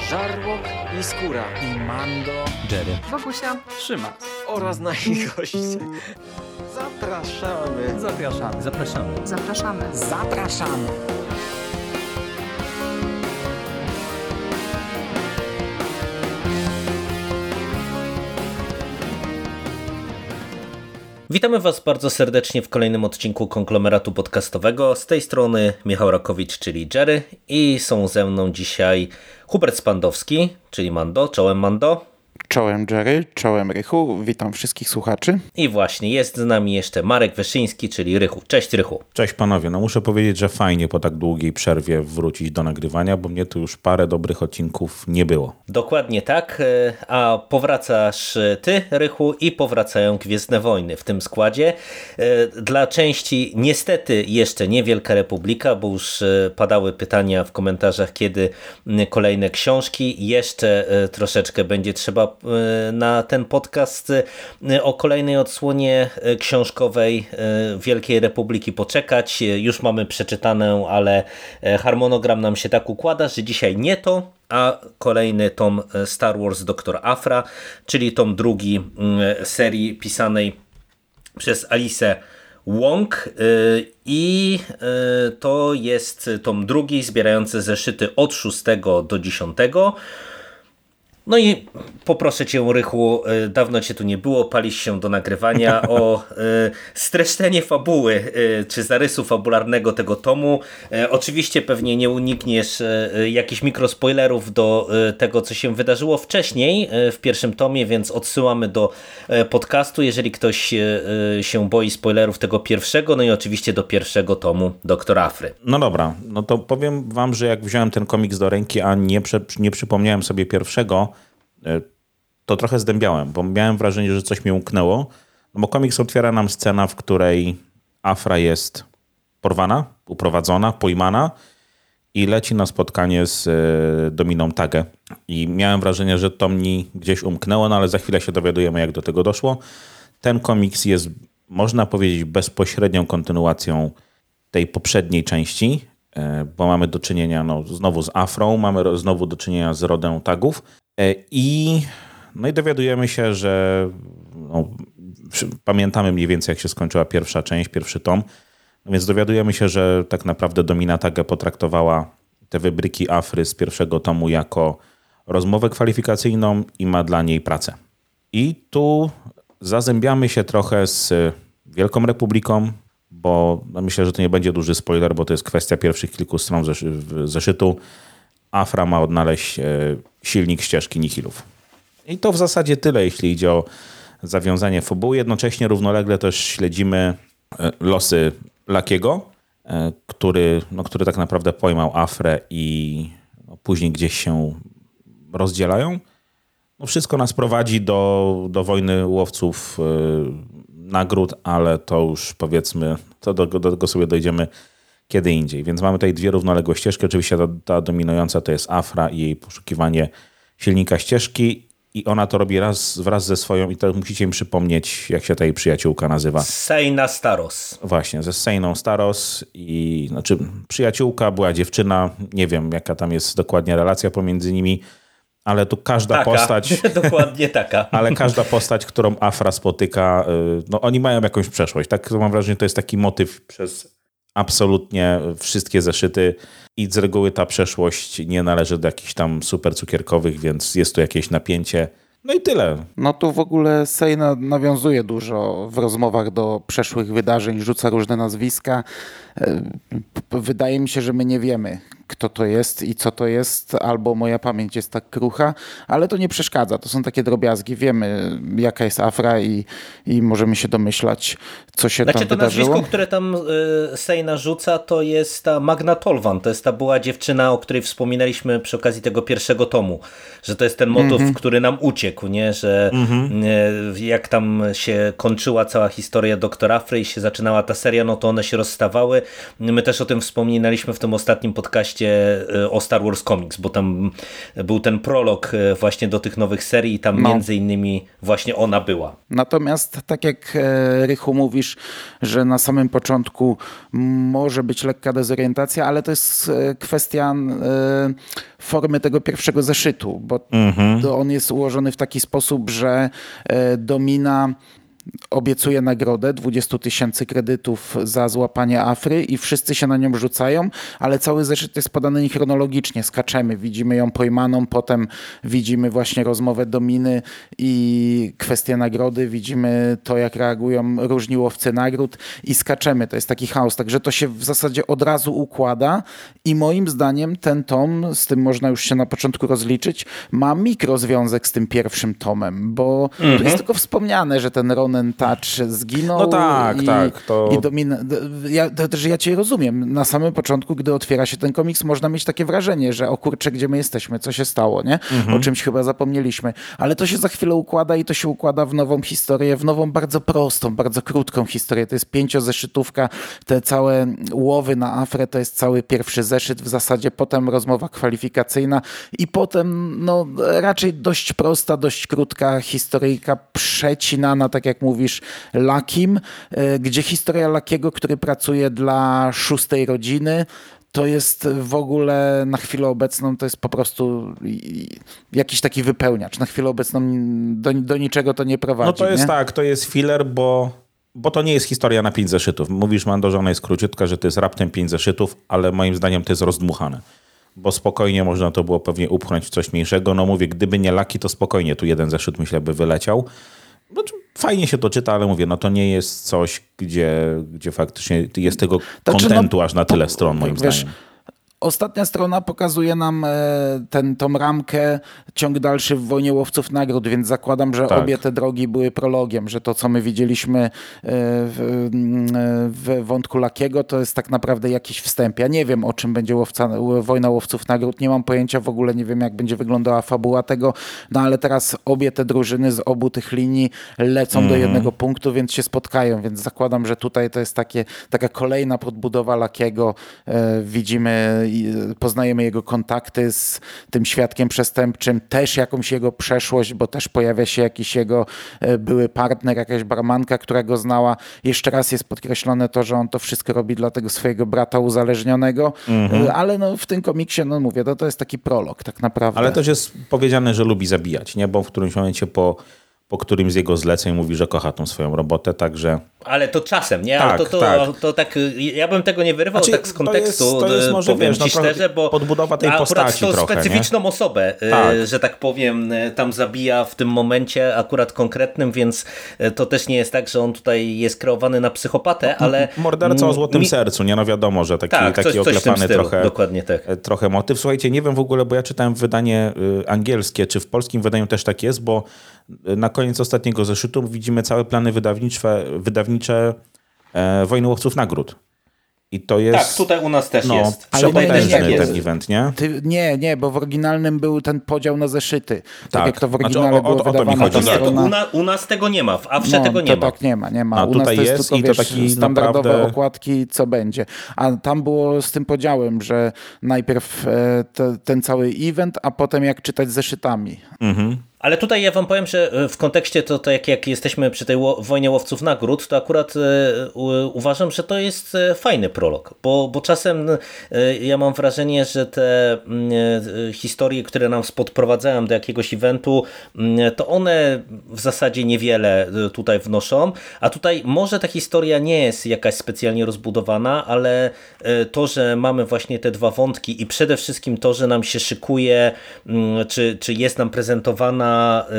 Żarłok i Skóra i Mando, Jerry, Wokusia, Szymas oraz nasi goście. Zapraszamy. Zapraszamy. zapraszamy. zapraszamy. Zapraszamy. Witamy Was bardzo serdecznie w kolejnym odcinku konglomeratu podcastowego. Z tej strony Michał Rakowicz, czyli Jerry, i są ze mną dzisiaj Hubert Spandowski, czyli Mando. Czołem, Mando. Czołem Jerry, czołem Rychu, witam wszystkich słuchaczy. I właśnie jest z nami jeszcze Marek Wyszyński, czyli Rychu. Cześć, Rychu. Cześć panowie, no muszę powiedzieć, że fajnie po tak długiej przerwie wrócić do nagrywania, bo mnie tu już parę dobrych odcinków nie było. Dokładnie tak, a powracasz ty, Rychu, i powracają Gwiezdne Wojny w tym składzie. Dla części niestety jeszcze nie Wielka Republika, bo już padały pytania w komentarzach, kiedy kolejne książki. Jeszcze troszeczkę będzie trzeba na ten podcast o kolejnej odsłonie książkowej Wielkiej Republiki poczekać. Już mamy przeczytanę, ale harmonogram nam się tak układa, że dzisiaj nie to, a kolejny tom Star Wars Dr. Aphra, czyli tom drugi serii pisanej przez Alice Wong, i to jest tom drugi zbierający zeszyty od 6 do 10. No i poproszę Cię, Rychu, dawno Cię tu nie było, palisz się do nagrywania, o streszczenie fabuły czy zarysu fabularnego tego tomu. Oczywiście pewnie nie unikniesz jakichś mikrospoilerów do tego, co się wydarzyło wcześniej w pierwszym tomie, więc odsyłamy do podcastu, jeżeli ktoś się boi spoilerów tego pierwszego, no i oczywiście do pierwszego tomu Doktora Afry. No dobra, no to powiem wam, że jak wziąłem ten komiks do ręki, a nie przypomniałem sobie pierwszego, to trochę zdębiałem, bo miałem wrażenie, że coś mi umknęło, no bo komiks otwiera nam scena, w której Aphra jest porwana, uprowadzona, pojmana i leci na spotkanie z Dominą Tagę. I miałem wrażenie, że to mi gdzieś umknęło, no ale za chwilę się dowiadujemy, jak do tego doszło. Ten komiks jest, można powiedzieć, bezpośrednią kontynuacją tej poprzedniej części, bo mamy do czynienia znowu z Afrą, mamy znowu do czynienia z rodem Tagów i dowiadujemy się, że pamiętamy mniej więcej, jak się skończyła pierwsza część, pierwszy tom, więc dowiadujemy się, że tak naprawdę Domina Tagę potraktowała te wybryki Afry z pierwszego tomu jako rozmowę kwalifikacyjną i ma dla niej pracę. I tu zazębiamy się trochę z Wielką Republiką, bo myślę, że to nie będzie duży spoiler, bo to jest kwestia pierwszych kilku stron zeszytu. Aphra ma odnaleźć silnik ścieżki Nihilów. I to w zasadzie tyle, jeśli idzie o zawiązanie fabuły. Jednocześnie równolegle też śledzimy losy Lucky'ego, który tak naprawdę pojmał Afrę i później gdzieś się rozdzielają. Wszystko nas prowadzi do wojny łowców nagród, ale to już powiedzmy, do tego sobie dojdziemy kiedy indziej. Więc mamy tutaj dwie równoległe ścieżki. Oczywiście ta dominująca to jest Aphra i jej poszukiwanie silnika ścieżki i ona to robi wraz ze swoją, i to musicie mi przypomnieć, jak się ta jej przyjaciółka nazywa. Sejna Staros. Właśnie, ze Sejną Staros i przyjaciółka, była dziewczyna, nie wiem jaka tam jest dokładnie relacja pomiędzy nimi, ale tu każda postać... Dokładnie taka. Ale każda postać, którą Aphra spotyka, oni mają jakąś przeszłość. Tak mam wrażenie, to jest taki motyw przez absolutnie wszystkie zeszyty i z reguły ta przeszłość nie należy do jakichś tam super cukierkowych, więc jest tu jakieś napięcie. No i tyle. No tu w ogóle Sejna nawiązuje dużo w rozmowach do przeszłych wydarzeń, rzuca różne nazwiska. Wydaje mi się, że my nie wiemy, kto to jest i co to jest, albo moja pamięć jest tak krucha, ale to nie przeszkadza. To są takie drobiazgi. Wiemy, jaka jest Aphra i możemy się domyślać, co się tam wydarzyło. Nazwisko, które tam Sejna rzuca, to jest ta Magna Tolvan. To jest ta była dziewczyna, o której wspominaliśmy przy okazji tego pierwszego tomu. Że to jest ten motyw, który nam uciekł, nie? Że jak tam się kończyła cała historia Doktora Afry i się zaczynała ta seria, no to one się rozstawały. My też o tym wspominaliśmy w tym ostatnim podcaście podcaście o Star Wars Comics, bo tam był ten prolog właśnie do tych nowych serii i tam między innymi właśnie ona była. Natomiast tak jak Rychu mówisz, że na samym początku może być lekka dezorientacja, ale to jest kwestia formy tego pierwszego zeszytu, bo on jest ułożony w taki sposób, że Domina obiecuje nagrodę 20 000 kredytów za złapanie Afry i wszyscy się na nią rzucają, ale cały zeszyt jest podany chronologicznie. Skaczemy, widzimy ją pojmaną, potem widzimy właśnie rozmowę Dominy i kwestię nagrody, widzimy to, jak reagują różni łowcy nagród i skaczemy. To jest taki chaos, także to się w zasadzie od razu układa i moim zdaniem ten tom, z tym można już się na początku rozliczyć, ma mikrozwiązek z tym pierwszym tomem, bo tu jest tylko wspomniane, że ten Ronan Touch zginął. No tak. I Domina... Ja cię rozumiem. Na samym początku, gdy otwiera się ten komiks, można mieć takie wrażenie, że o kurczę, gdzie my jesteśmy, co się stało, nie? O czymś chyba zapomnieliśmy. Ale to się za chwilę układa i to się układa w nową historię, w nową bardzo prostą, bardzo krótką historię. To jest 5-zeszytówka, te całe łowy na Afrę to jest cały pierwszy zeszyt w zasadzie, potem rozmowa kwalifikacyjna i potem raczej dość prosta, dość krótka historyjka przecinana, tak jak mówisz, Luckim, gdzie historia Luckiego, który pracuje dla 6. rodziny, to jest w ogóle na chwilę obecną, to jest po prostu jakiś taki wypełniacz. Na chwilę obecną do niczego to nie prowadzi. No to jest nie? tak, to jest filler, bo to nie jest historia na 5 zeszytów. Mówisz, Mando, że ona jest króciutka, że to jest raptem 5 zeszytów, ale moim zdaniem to jest rozdmuchane. Bo spokojnie można to było pewnie upchnąć w coś mniejszego. No mówię, gdyby nie Lucky, to spokojnie tu jeden zeszyt, myślę, by wyleciał. No, fajnie się to czyta, ale mówię, to nie jest coś, gdzie faktycznie jest tego kontentu aż na tyle stron, moim zdaniem. Ostatnia strona pokazuje nam tą ramkę, ciąg dalszy w Wojnie Łowców Nagród, więc zakładam, że obie te drogi były prologiem, że to, co my widzieliśmy w wątku Luckiego, to jest tak naprawdę jakiś wstęp. Ja nie wiem, o czym będzie Wojna Łowców Nagród, nie mam pojęcia, w ogóle nie wiem, jak będzie wyglądała fabuła tego, ale teraz obie te drużyny z obu tych linii lecą do jednego punktu, więc się spotkają, więc zakładam, że tutaj to jest taka kolejna podbudowa Luckiego. Widzimy, poznajemy jego kontakty z tym świadkiem przestępczym, też jakąś jego przeszłość, bo też pojawia się jakiś jego były partner, jakaś barmanka, która go znała. Jeszcze raz jest podkreślone to, że on to wszystko robi dla tego swojego brata uzależnionego, ale w tym komiksie, mówię, to jest taki prolog tak naprawdę. Ale też jest powiedziane, że lubi zabijać, nie? Bo w którymś momencie po którymś z jego zleceń mówi, że kocha tą swoją robotę, także... Ale to czasem, nie? Tak, to tak, ja bym tego nie wyrywał tak z kontekstu, to jest może, powiem ci szczerze, bo podbudowa tej postaci to trochę, specyficzną nie? osobę, że tak powiem, tam zabija w tym momencie akurat konkretnym, więc to też nie jest tak, że on tutaj jest kreowany na psychopatę, ale... Morderca o złotym sercu, nie? No wiadomo, że taki coś oklepany trochę, dokładnie tak. Trochę motyw. Słuchajcie, nie wiem w ogóle, bo ja czytałem wydanie angielskie, czy w polskim wydaniu też tak jest, bo na koniec ostatniego zeszytu widzimy całe plany wydawnicze Wojny Łowców Nagród. I to jest... Tak, tutaj u nas też jest. Przepotężny ten event, nie? Nie, bo w oryginalnym był ten podział na zeszyty. Tak jak to w Znaczy, oryginale było o to mi wydawane. chodzi. U nas tego nie ma, w Afrze tego nie ma. Tak nie ma. A u nas tutaj to jest tylko, i to taki standardowe naprawdę... okładki, co będzie. A tam było z tym podziałem, że najpierw ten cały event, a potem jak czytać zeszytami. Ale tutaj ja wam powiem, że w kontekście to jak jesteśmy przy tej Wojnie Łowców Nagród, to akurat uważam, że to jest fajny prolog, bo czasem ja mam wrażenie, że te historie, które nam podprowadzają do jakiegoś eventu, to one w zasadzie niewiele tutaj wnoszą, a tutaj może ta historia nie jest jakaś specjalnie rozbudowana, ale to, że mamy właśnie te dwa wątki i przede wszystkim to, że nam się szykuje, czy jest nam prezentowana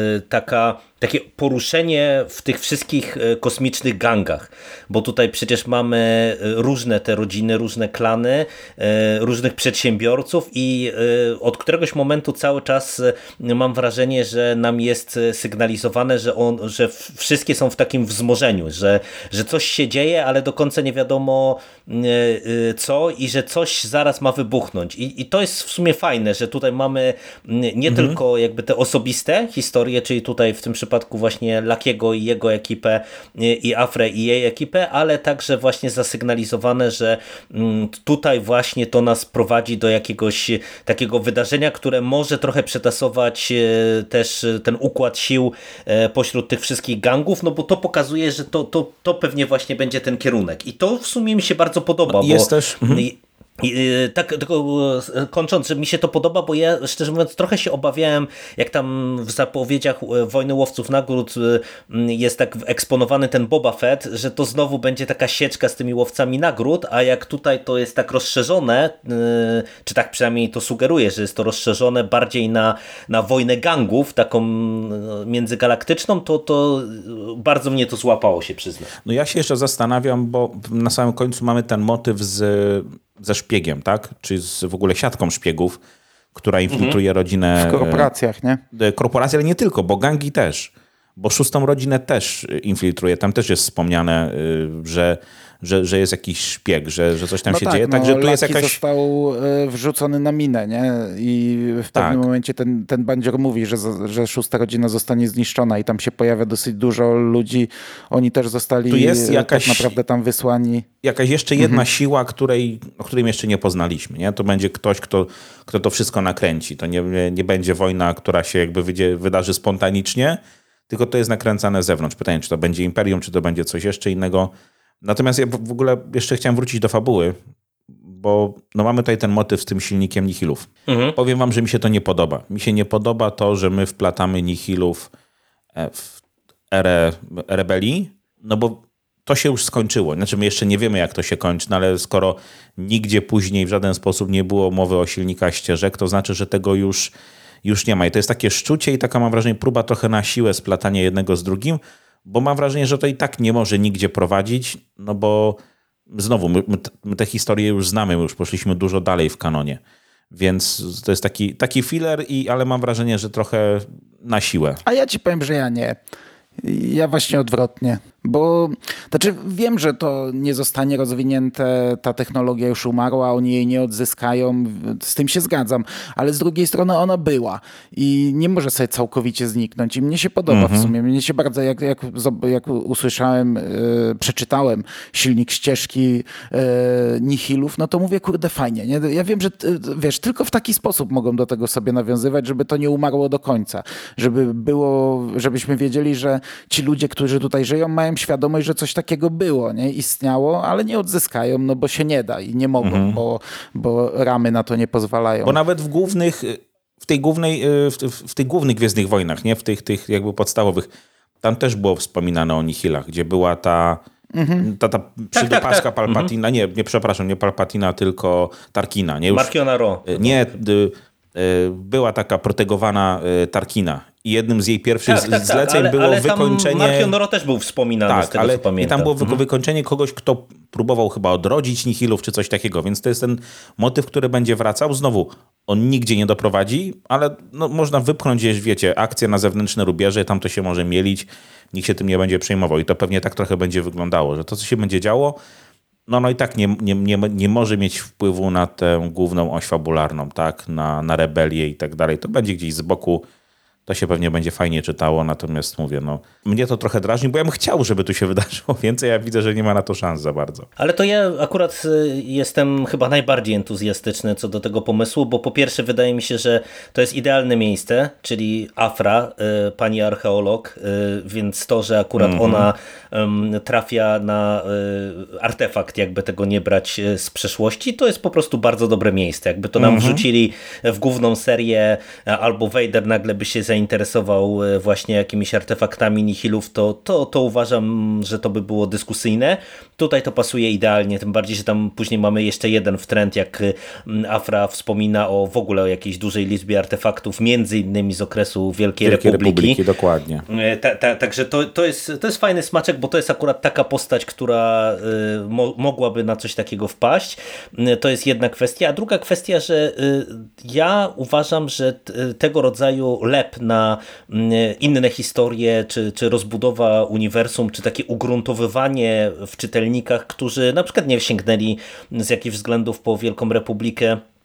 takie poruszenie w tych wszystkich kosmicznych gangach, bo tutaj przecież mamy różne te rodziny, różne klany, różnych przedsiębiorców i od któregoś momentu cały czas mam wrażenie, że nam jest sygnalizowane, że wszystkie są w takim wzmożeniu, że coś się dzieje, ale do końca nie wiadomo co i że coś zaraz ma wybuchnąć. I to jest w sumie fajne, że tutaj mamy nie tylko jakby te osobiste historie, czyli tutaj w tym przypadku przypadku właśnie Lucky'ego i jego ekipę i Afrę i jej ekipę, ale także właśnie zasygnalizowane, że tutaj właśnie to nas prowadzi do jakiegoś takiego wydarzenia, które może trochę przetasować też ten układ sił pośród tych wszystkich gangów, no bo to pokazuje, że to pewnie właśnie będzie ten kierunek. I to w sumie mi się bardzo podoba. No, jest też... Tak, tylko kończąc, że mi się to podoba, bo ja szczerze mówiąc trochę się obawiałem, jak tam w zapowiedziach Wojny Łowców Nagród jest tak eksponowany ten Boba Fett, że to znowu będzie taka sieczka z tymi łowcami nagród, a jak tutaj to jest tak rozszerzone, czy tak przynajmniej to sugeruje, że jest to rozszerzone bardziej na wojnę gangów, taką międzygalaktyczną, to bardzo mnie to złapało, się przyznam. No ja się jeszcze zastanawiam, bo na samym końcu mamy ten motyw ze szpiegiem, tak? Czy w ogóle siatką szpiegów, która infiltruje rodzinę... W korporacjach, nie? Korporacje, ale nie tylko, bo gangi też. Bo szóstą rodzinę też infiltruje. Tam też jest wspomniane, że jest jakiś szpieg, że coś tam się dzieje. Także tu jest jakaś... został wrzucony na minę, nie? I w pewnym momencie ten bandzior mówi, że szósta rodzina zostanie zniszczona i tam się pojawia dosyć dużo ludzi. Oni też zostali tu jest tak naprawdę tam wysłani. Jakaś jeszcze jedna siła, o której jeszcze nie poznaliśmy. Nie? To będzie ktoś, kto to wszystko nakręci. To nie będzie wojna, która się jakby wydarzy spontanicznie, tylko to jest nakręcane z zewnątrz. Pytanie, czy to będzie imperium, czy to będzie coś jeszcze innego. Natomiast ja w ogóle jeszcze chciałem wrócić do fabuły, bo no mamy tutaj ten motyw z tym silnikiem Nihilów. Powiem wam, że mi się to nie podoba. Mi się nie podoba to, że my wplatamy Nihilów w erę rebelii, no bo to się już skończyło. Znaczy my jeszcze nie wiemy, jak to się kończy, no ale skoro nigdzie później w żaden sposób nie było mowy o silnikach ścieżek, to znaczy, że tego już nie ma. I to jest takie szczucie i taka, mam wrażenie, próba trochę na siłę splatania jednego z drugim, bo mam wrażenie, że to i tak nie może nigdzie prowadzić, no bo znowu, my te historie już znamy, już poszliśmy dużo dalej w kanonie. Więc to jest taki filler, ale mam wrażenie, że trochę na siłę. A ja ci powiem, że ja nie. Ja właśnie odwrotnie. Bo znaczy wiem, że to nie zostanie rozwinięte, ta technologia już umarła, oni jej nie odzyskają, z tym się zgadzam, ale z drugiej strony ona była i nie może sobie całkowicie zniknąć i mnie się podoba w sumie. Mnie się bardzo, jak usłyszałem, przeczytałem silnik ścieżki Nihilów, no to mówię, kurde, fajnie. Nie? Ja wiem, że wiesz, tylko w taki sposób mogą do tego sobie nawiązywać, żeby to nie umarło do końca, żebyśmy wiedzieli, że ci ludzie, którzy tutaj żyją, mają świadomość, że coś takiego było, nie? Istniało, ale nie odzyskają, no bo się nie da i nie mogą, bo ramy na to nie pozwalają. Bo nawet w tych głównych Gwiezdnych Wojnach, nie? W tych jakby podstawowych, tam też było wspominane o Nihilach, gdzie była ta przydupaska Palpatina, nie, przepraszam, nie Palpatina, tylko Tarkina. Nie, Markiona Ro. Nie, była taka protegowana Tarkina. I jednym z jej pierwszych zleceń było wykończenie... Markion Ro też był wspominany, z tego co pamiętam. I tam było wykończenie kogoś, kto próbował chyba odrodzić Nihilów, czy coś takiego. Więc to jest ten motyw, który będzie wracał. Znowu, on nigdzie nie doprowadzi, ale no, można wypchnąć gdzieś, wiecie, akcję na zewnętrzne rubieże, tam to się może mielić, nikt się tym nie będzie przejmował. I to pewnie tak trochę będzie wyglądało, że to, co się będzie działo, no i tak nie może mieć wpływu na tę główną oś fabularną, tak? Na rebelię i tak dalej. To będzie gdzieś z boku. To się pewnie będzie fajnie czytało, natomiast mówię, no mnie to trochę drażni, bo ja bym chciał, żeby tu się wydarzyło więcej, ja widzę, że nie ma na to szans za bardzo. Ale to ja akurat jestem chyba najbardziej entuzjastyczny co do tego pomysłu, bo po pierwsze wydaje mi się, że to jest idealne miejsce, czyli Afra, pani archeolog, więc to, że akurat ona trafia na artefakt, jakby tego nie brać z przeszłości, to jest po prostu bardzo dobre miejsce. Jakby to nam wrzucili w główną serię, albo Vader nagle by się zainteresował właśnie jakimiś artefaktami Nihilów, to uważam, że to by było dyskusyjne. Tutaj to pasuje idealnie, tym bardziej, że tam później mamy jeszcze jeden wtręt, jak Afra wspomina w ogóle o jakiejś dużej liczbie artefaktów, między innymi z okresu Wielkiej Republiki. Dokładnie. Także to jest fajny smaczek, bo to jest akurat taka postać, która mogłaby na coś takiego wpaść. To jest jedna kwestia. A druga kwestia, że ja uważam, że tego rodzaju lep na inne historie, czy rozbudowa uniwersum, czy takie ugruntowywanie w czytelnikach, którzy na przykład nie sięgnęli z jakichś względów po Wielką Republikę,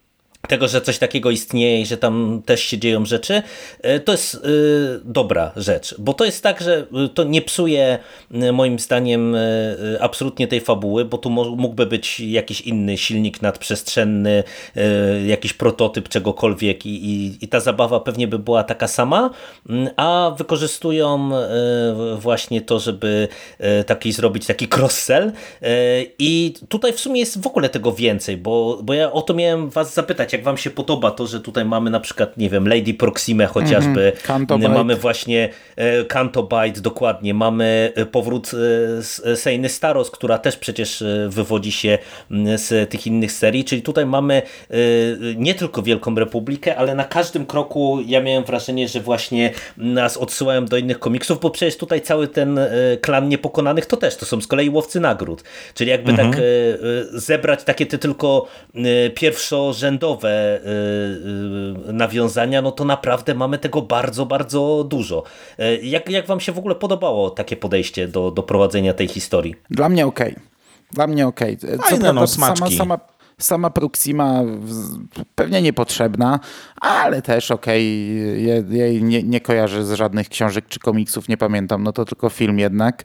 tego, że coś takiego istnieje i że tam też się dzieją rzeczy, to jest dobra rzecz, bo to jest tak, że to nie psuje moim zdaniem absolutnie tej fabuły, bo tu mógłby być jakiś inny silnik nadprzestrzenny, jakiś prototyp czegokolwiek i ta zabawa pewnie by była taka sama, a wykorzystują właśnie to, żeby zrobić taki cross-sell i tutaj w sumie jest w ogóle tego więcej, bo ja o to miałem was zapytać, jak wam się podoba to, że tutaj mamy na przykład, nie wiem, Lady Proximę chociażby, mamy właśnie Canto Bight, dokładnie, mamy powrót Seiny Staros, która też przecież wywodzi się z tych innych serii, czyli tutaj mamy nie tylko Wielką Republikę, ale na każdym kroku ja miałem wrażenie, że właśnie nas odsyłają do innych komiksów, bo przecież tutaj cały ten klan Niepokonanych to są z kolei Łowcy Nagród, czyli jakby tak zebrać takie te tylko pierwszorzędowe nawiązania, no to naprawdę mamy tego bardzo, bardzo dużo. Jak wam się w ogóle podobało takie podejście do prowadzenia tej historii? Dla mnie okej. Dla mnie okej. Co prawda sama Proxima pewnie niepotrzebna, ale też okej. Jej nie kojarzę z żadnych książek czy komiksów, nie pamiętam. No to tylko film jednak.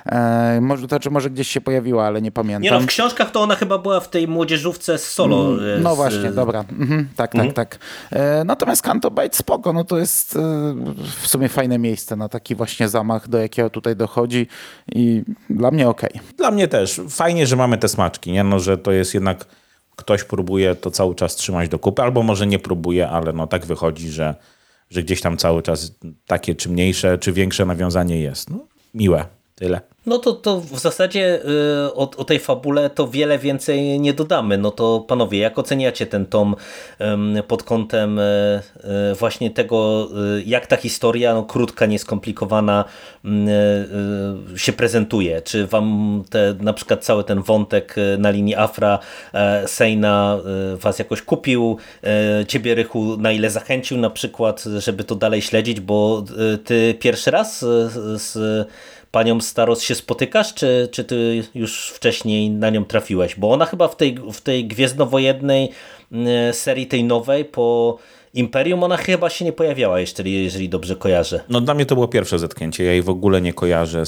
Może gdzieś się pojawiła, ale nie pamiętam. Nie no, w książkach to ona chyba była w tej młodzieżówce z Solo. No właśnie, dobra. Tak. Natomiast Canto Bight spoko, no to jest w sumie fajne miejsce na taki właśnie zamach, do jakiego tutaj dochodzi i dla mnie okej. Dla mnie też. Fajnie, że mamy te smaczki, nie? No, że to jest jednak ktoś próbuje to cały czas trzymać do kupy, albo może nie próbuje, ale no tak wychodzi, że gdzieś tam cały czas takie czy mniejsze, czy większe nawiązanie jest. No, miłe. Tyle. No to w zasadzie o tej fabule to wiele więcej nie dodamy. No to panowie, jak oceniacie ten tom pod kątem właśnie tego, jak ta historia, no krótka, nieskomplikowana się prezentuje? Czy wam na przykład cały ten wątek na linii Afra Seina was jakoś kupił? Ciebie, Rychu, na ile zachęcił na przykład, żeby to dalej śledzić? Bo ty pierwszy raz z panią Staros się spotykasz, czy ty już wcześniej na nią trafiłeś? Bo ona chyba w tej gwiezdnowojennej serii, tej nowej, po Imperium, ona chyba się nie pojawiała jeszcze, jeżeli dobrze kojarzę. No dla mnie to było pierwsze zetknięcie. Ja jej w ogóle nie kojarzę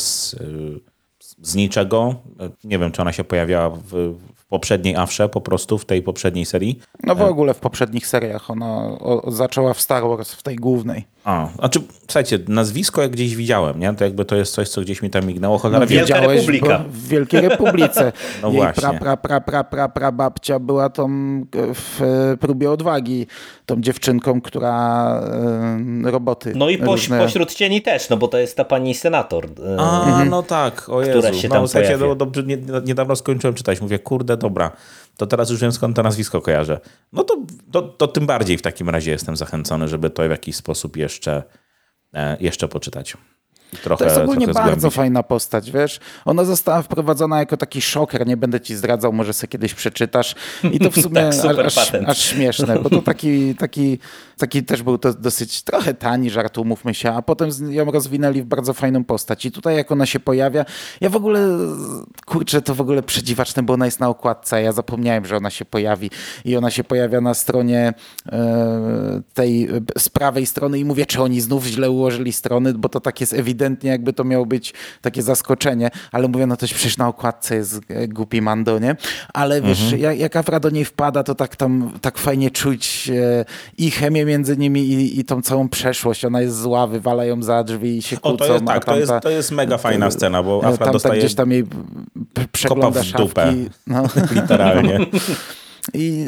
z niczego. Nie wiem, czy ona się pojawiała w poprzedniej Afrze, po prostu w tej poprzedniej serii. No w ogóle w poprzednich seriach. Ona zaczęła w Star Wars, w tej głównej. Znaczy, słuchajcie, nazwisko jak gdzieś widziałem, nie? To jakby to jest coś, co gdzieś mi tam mignęło. No, Wielka Republika. W Wielkiej Republice. No jej właśnie. Prababcia była tą w Próbie Odwagi, tą dziewczynką, która roboty. No i pośród cieni też, no bo to jest ta pani senator. No tak, o Jezu. Która się tam pojawia. Dobrze, niedawno skończyłem czytać. Mówię, kurde, dobra, to teraz już wiem, skąd to nazwisko kojarzę. No to tym bardziej w takim razie jestem zachęcony, żeby to w jakiś sposób jeszcze poczytać. To jest ogólnie bardzo fajna postać, wiesz? Ona została wprowadzona jako taki szoker, nie będę ci zdradzał, może sobie kiedyś przeczytasz. I to w sumie tak, aż śmieszne, bo to taki też był to dosyć trochę tani żart, umówmy się, a potem ją rozwinęli w bardzo fajną postać. I tutaj jak ona się pojawia, ja w ogóle, kurczę, to w ogóle przedziwaczne, bo ona jest na okładce, ja zapomniałem, że ona się pojawi i ona się pojawia na stronie tej z prawej strony i mówię, czy oni znów źle ułożyli strony, bo to tak jest ewidentnie, jakby to miało być takie zaskoczenie, ale mówię, no to przecież na okładce jest głupi Mando, nie? Ale wiesz, jak Afra do niej wpada, to tak fajnie czuć i chemię między nimi i tą całą przeszłość. Ona jest zła, wywala ją za drzwi i się kłócą. To jest mega fajna scena, bo Afra dostaje gdzieś tam jej przegląda kopa w dupę. szafki. No. Literalnie. I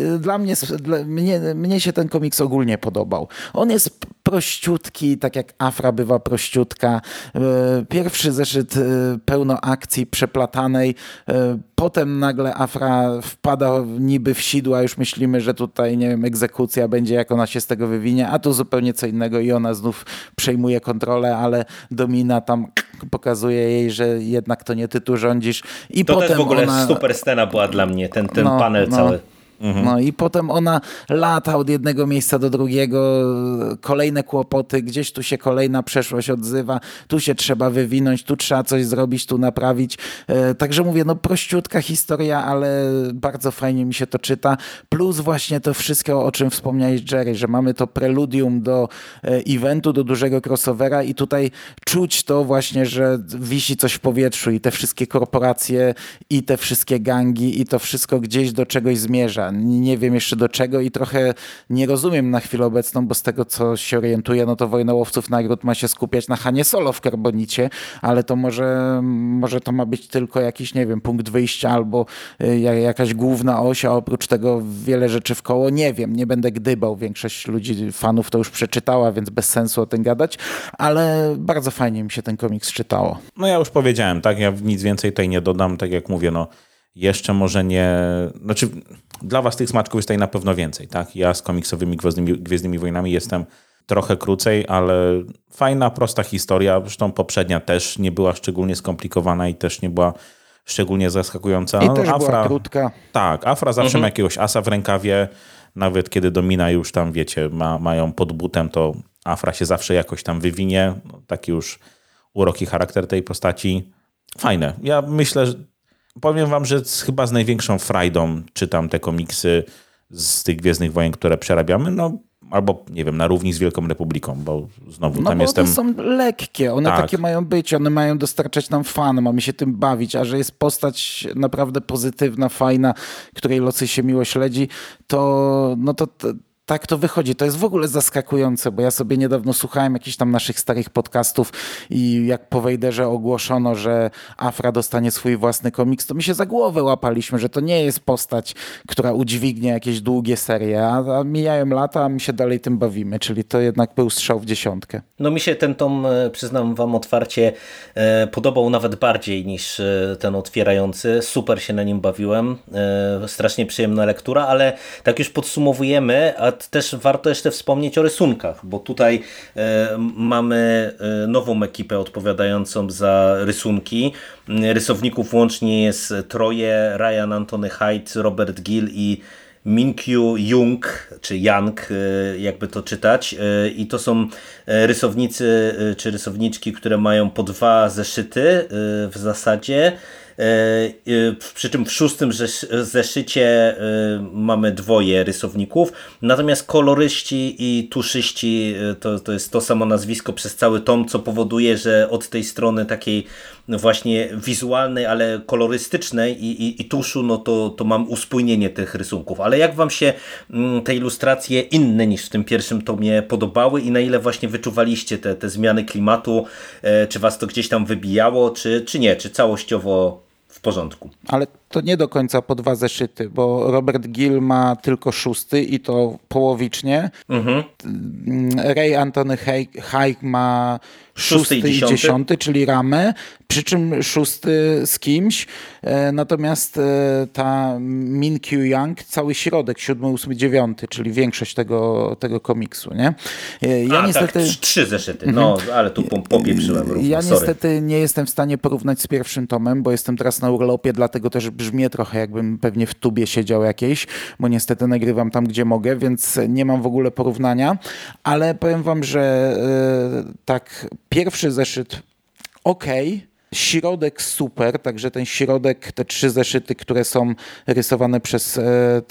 mnie się ten komiks ogólnie podobał. On jest prościutki, tak jak Afra bywa prościutka. Pierwszy zeszyt pełno akcji przeplatanej. Potem nagle Afra wpada niby w sidła, już myślimy, że tutaj, nie wiem, egzekucja będzie, jak ona się z tego wywinie, a tu zupełnie co innego i ona znów przejmuje kontrolę, ale Domina tam pokazuje jej, że jednak to nie ty tu rządzisz. I to potem też w ogóle super scena była dla mnie, ten panel cały. No i potem ona lata od jednego miejsca do drugiego, kolejne kłopoty, gdzieś tu się kolejna przeszłość odzywa, tu się trzeba wywinąć, tu trzeba coś zrobić, tu naprawić. Także mówię, no prościutka historia, ale bardzo fajnie mi się to czyta. Plus właśnie to wszystko, o czym wspomniałeś, Jerry, że mamy to preludium do eventu, do dużego crossovera i tutaj czuć to właśnie, że wisi coś w powietrzu i te wszystkie korporacje i te wszystkie gangi i to wszystko gdzieś do czegoś zmierza. Nie wiem jeszcze do czego i trochę nie rozumiem na chwilę obecną, bo z tego co się orientuję, no to Wojna Łowców Nagród ma się skupiać na Hanie Solo w Karbonicie, ale to może to ma być tylko jakiś, nie wiem, punkt wyjścia albo jakaś główna oś, a oprócz tego wiele rzeczy w koło. Nie wiem, nie będę gdybał. Większość ludzi, fanów to już przeczytała, więc bez sensu o tym gadać, ale bardzo fajnie mi się ten komiks czytało. No ja już powiedziałem, tak? Ja nic więcej tutaj nie dodam, tak jak mówię, no jeszcze może nie... Znaczy, dla was tych smaczków jest tutaj na pewno więcej, tak? Ja z komiksowymi Gwiezdnymi Wojnami jestem trochę krócej, ale fajna, prosta historia. Zresztą poprzednia też nie była szczególnie skomplikowana i też nie była szczególnie zaskakująca. I też była krótka. Tak, Afra zawsze ma jakiegoś asa w rękawie. Nawet kiedy Domina już tam, wiecie, mają pod butem, to Afra się zawsze jakoś tam wywinie. No, taki już urok i charakter tej postaci. Fajne. Ja myślę, że powiem wam, że chyba z największą frajdą czytam te komiksy z tych Gwiezdnych Wojen, które przerabiamy, no albo, nie wiem, na równi z Wielką Republiką, bo znowu tam jestem... one są lekkie, one takie mają być, one mają dostarczać nam fan, mamy się tym bawić, a że jest postać naprawdę pozytywna, fajna, której losy się miło śledzi, to tak to wychodzi. To jest w ogóle zaskakujące, bo ja sobie niedawno słuchałem jakichś tam naszych starych podcastów i jak po Wejderze ogłoszono, że Afra dostanie swój własny komiks, to my się za głowę łapaliśmy, że to nie jest postać, która udźwignie jakieś długie serie, a mijają lata, a my się dalej tym bawimy, czyli to jednak był strzał w dziesiątkę. No mi się ten tom, przyznam wam otwarcie, podobał nawet bardziej niż ten otwierający. Super się na nim bawiłem, strasznie przyjemna lektura, ale tak już podsumowujemy, a też warto jeszcze wspomnieć o rysunkach, bo tutaj mamy nową ekipę odpowiadającą za rysunki. Rysowników łącznie jest troje: Ryan Anthony Hyde, Robert Gill i Min-Kyu Jung, czy Yang, jakby to czytać. I to są rysownicy czy rysowniczki, które mają po 2 zeszyty w zasadzie. Przy czym w 6. zeszycie mamy 2 rysowników, natomiast koloryści i tuszyści to jest to samo nazwisko przez cały tom, co powoduje, że od tej strony takiej właśnie wizualnej, ale kolorystycznej i tuszu, no to mam uspójnienie tych rysunków. Ale jak wam się te ilustracje inne niż w tym pierwszym tomie podobały i na ile właśnie wyczuwaliście te zmiany klimatu? Czy was to gdzieś tam wybijało, czy nie? Czy całościowo w porządku? Ale to nie do końca po 2 zeszyty, bo Robert Gill ma tylko 6 i to połowicznie. Ray Anthony Haig ma 6 i 10, czyli ramę, przy czym 6 z kimś, natomiast ta Min-Kyu Young cały środek, 7, 8, 9, czyli większość tego komiksu, nie? Niestety... tak, 3 zeszyty, no ale tu popieprzyłem równo. Ja niestety nie jestem w stanie porównać z pierwszym tomem, bo jestem teraz na urlopie, dlatego też brzmię trochę jakbym pewnie w tubie siedział jakiejś, bo niestety nagrywam tam, gdzie mogę, więc nie mam w ogóle porównania, ale powiem wam, że tak, pierwszy zeszyt środek super, także ten środek, te 3 zeszyty, które są rysowane przez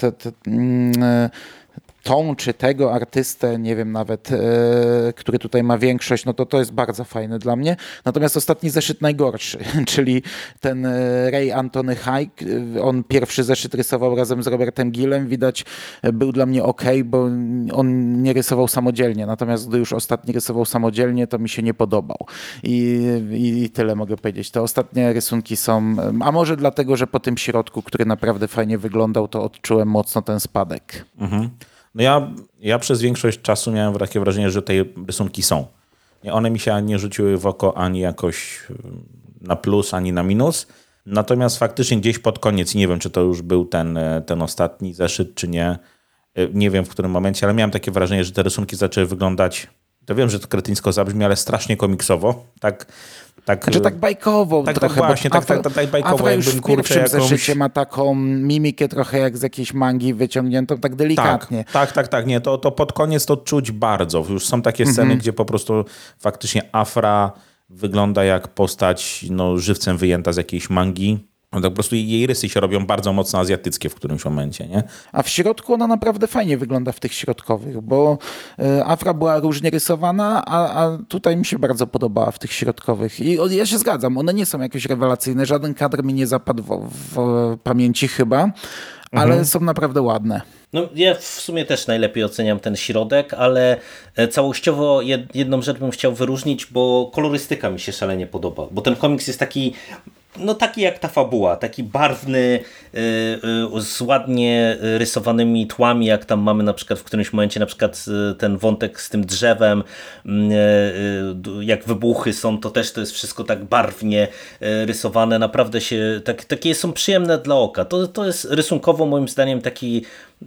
tą czy tego artystę, nie wiem nawet, który tutaj ma większość, no to jest bardzo fajne dla mnie. Natomiast ostatni zeszyt najgorszy, czyli ten Ray Anthony Haig, on pierwszy zeszyt rysował razem z Robertem Gillem, widać był dla mnie bo on nie rysował samodzielnie, natomiast gdy już ostatni rysował samodzielnie, to mi się nie podobał. I tyle mogę powiedzieć. Te ostatnie rysunki są, a może dlatego, że po tym środku, który naprawdę fajnie wyglądał, to odczułem mocno ten spadek. No ja przez większość czasu miałem takie wrażenie, że te rysunki są. One mi się ani nie rzuciły w oko, ani jakoś na plus, ani na minus. Natomiast faktycznie gdzieś pod koniec, i nie wiem, czy to już był ten ostatni zeszyt, czy nie, nie wiem w którym momencie, ale miałem takie wrażenie, że te rysunki zaczęły wyglądać, to wiem, że to kretyńsko zabrzmi, ale strasznie komiksowo. Tak Tak, Znaczy tak bajkowo tak, trochę. tak właśnie, bo tak bajkowo, Afra już jakbym, w pierwszym kurczę, jakąś... zeszycie ma taką mimikę trochę jak z jakiejś mangi wyciągniętą, tak delikatnie. Tak. Nie, to pod koniec to czuć bardzo. Już są takie sceny, gdzie po prostu faktycznie Afra wygląda jak postać żywcem wyjęta z jakiejś mangi. No tak po prostu jej rysy się robią bardzo mocno azjatyckie w którymś momencie, nie? A w środku ona naprawdę fajnie wygląda w tych środkowych, bo Afra była różnie rysowana, a tutaj mi się bardzo podobała w tych środkowych. I ja się zgadzam, one nie są jakieś rewelacyjne, żaden kadr mi nie zapadł w pamięci chyba, ale są naprawdę ładne. No, ja w sumie też najlepiej oceniam ten środek, ale całościowo jedną rzecz bym chciał wyróżnić, bo kolorystyka mi się szalenie podoba, bo ten komiks jest taki taki jak ta fabuła, taki barwny, z ładnie rysowanymi tłami, jak tam mamy na przykład w którymś momencie na przykład ten wątek z tym drzewem, jak wybuchy są, to też to jest wszystko tak barwnie rysowane, naprawdę takie są przyjemne dla oka. To jest rysunkowo moim zdaniem taki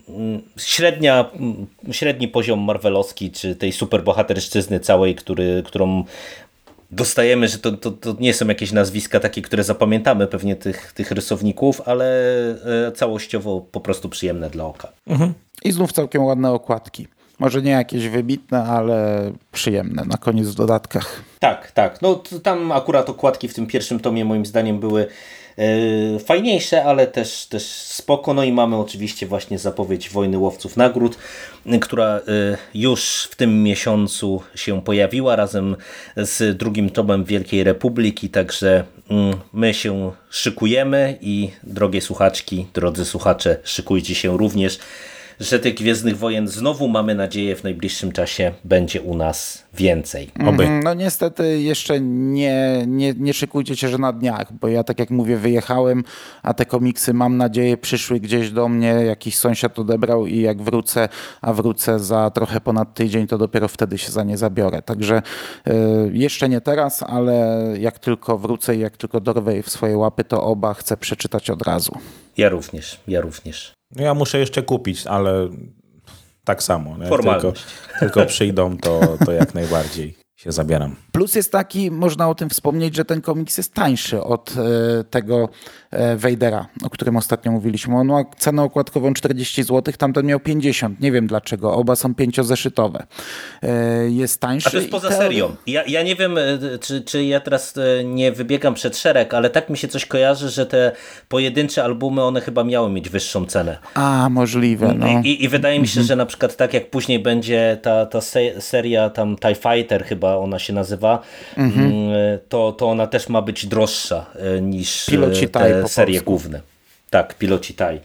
średni poziom marvelowski, czy tej superbohaterszczyzny całej, którą dostajemy, że to nie są jakieś nazwiska takie, które zapamiętamy pewnie tych rysowników, ale całościowo po prostu przyjemne dla oka. I znów całkiem ładne okładki. Może nie jakieś wybitne, ale przyjemne na koniec w dodatkach. Tak. No tam akurat okładki w tym pierwszym tomie moim zdaniem były fajniejsze, ale też spoko. No i mamy oczywiście właśnie zapowiedź Wojny Łowców Nagród, która już w tym miesiącu się pojawiła razem z drugim tomem Wielkiej Republiki, także my się szykujemy i drogie słuchaczki, drodzy słuchacze, szykujcie się również, że tych Gwiezdnych Wojen znowu, mamy nadzieję, w najbliższym czasie będzie u nas więcej. No niestety jeszcze nie szykujcie się, że na dniach, bo ja tak jak mówię wyjechałem, a te komiksy mam nadzieję przyszły gdzieś do mnie, jakiś sąsiad odebrał i jak wrócę za trochę ponad tydzień, to dopiero wtedy się za nie zabiorę. Także jeszcze nie teraz, ale jak tylko wrócę i jak tylko dorwę je w swoje łapy, to oba chcę przeczytać od razu. Ja również. No ja muszę jeszcze kupić, ale tak samo. Formalność. Tylko przyjdą, to jak najbardziej się zabieram. Plus jest taki, można o tym wspomnieć, że ten komiks jest tańszy od tego Vadera, o którym ostatnio mówiliśmy. On ma cenę okładkową 40 zł, tamten miał 50. Nie wiem dlaczego. Oba są 5-zeszytowe. Jest tańszy. A to jest poza serią. Ja nie wiem, czy ja teraz nie wybiegam przed szereg, ale tak mi się coś kojarzy, że te pojedyncze albumy, one chyba miały mieć wyższą cenę. A, możliwe. No. I wydaje mi się, że na przykład tak jak później będzie ta seria tam TIE Fighter chyba ona się nazywa, to ona też ma być droższa niż te serie główne. Tak, Piloci TIE.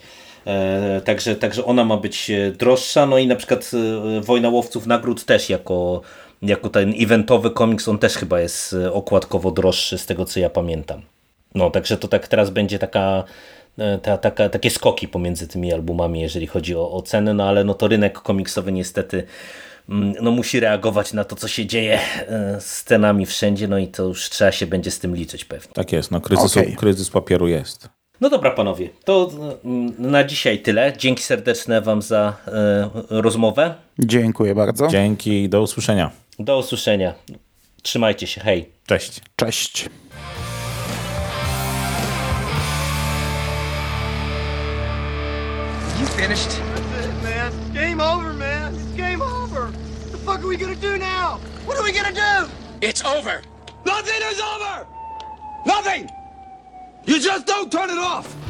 Także ona ma być droższa, no i na przykład Wojna Łowców Nagród też jako ten eventowy komiks, on też chyba jest okładkowo droższy z tego co ja pamiętam. No, także to tak teraz będzie takie skoki pomiędzy tymi albumami, jeżeli chodzi o ceny, no ale to rynek komiksowy niestety musi reagować na to, co się dzieje z cenami wszędzie, no i to już trzeba się będzie z tym liczyć pewnie. Tak jest, kryzys papieru jest. No dobra panowie, to na dzisiaj tyle. Dzięki serdeczne wam za rozmowę. Dziękuję bardzo. Dzięki i do usłyszenia. Do usłyszenia. Trzymajcie się, hej. Cześć. Cześć. You finished? That's it, man. Game over, man. It's game over. What the fuck are we gonna do now? What are we gonna do? It's over. Nothing is over! Nothing! You just don't turn it off!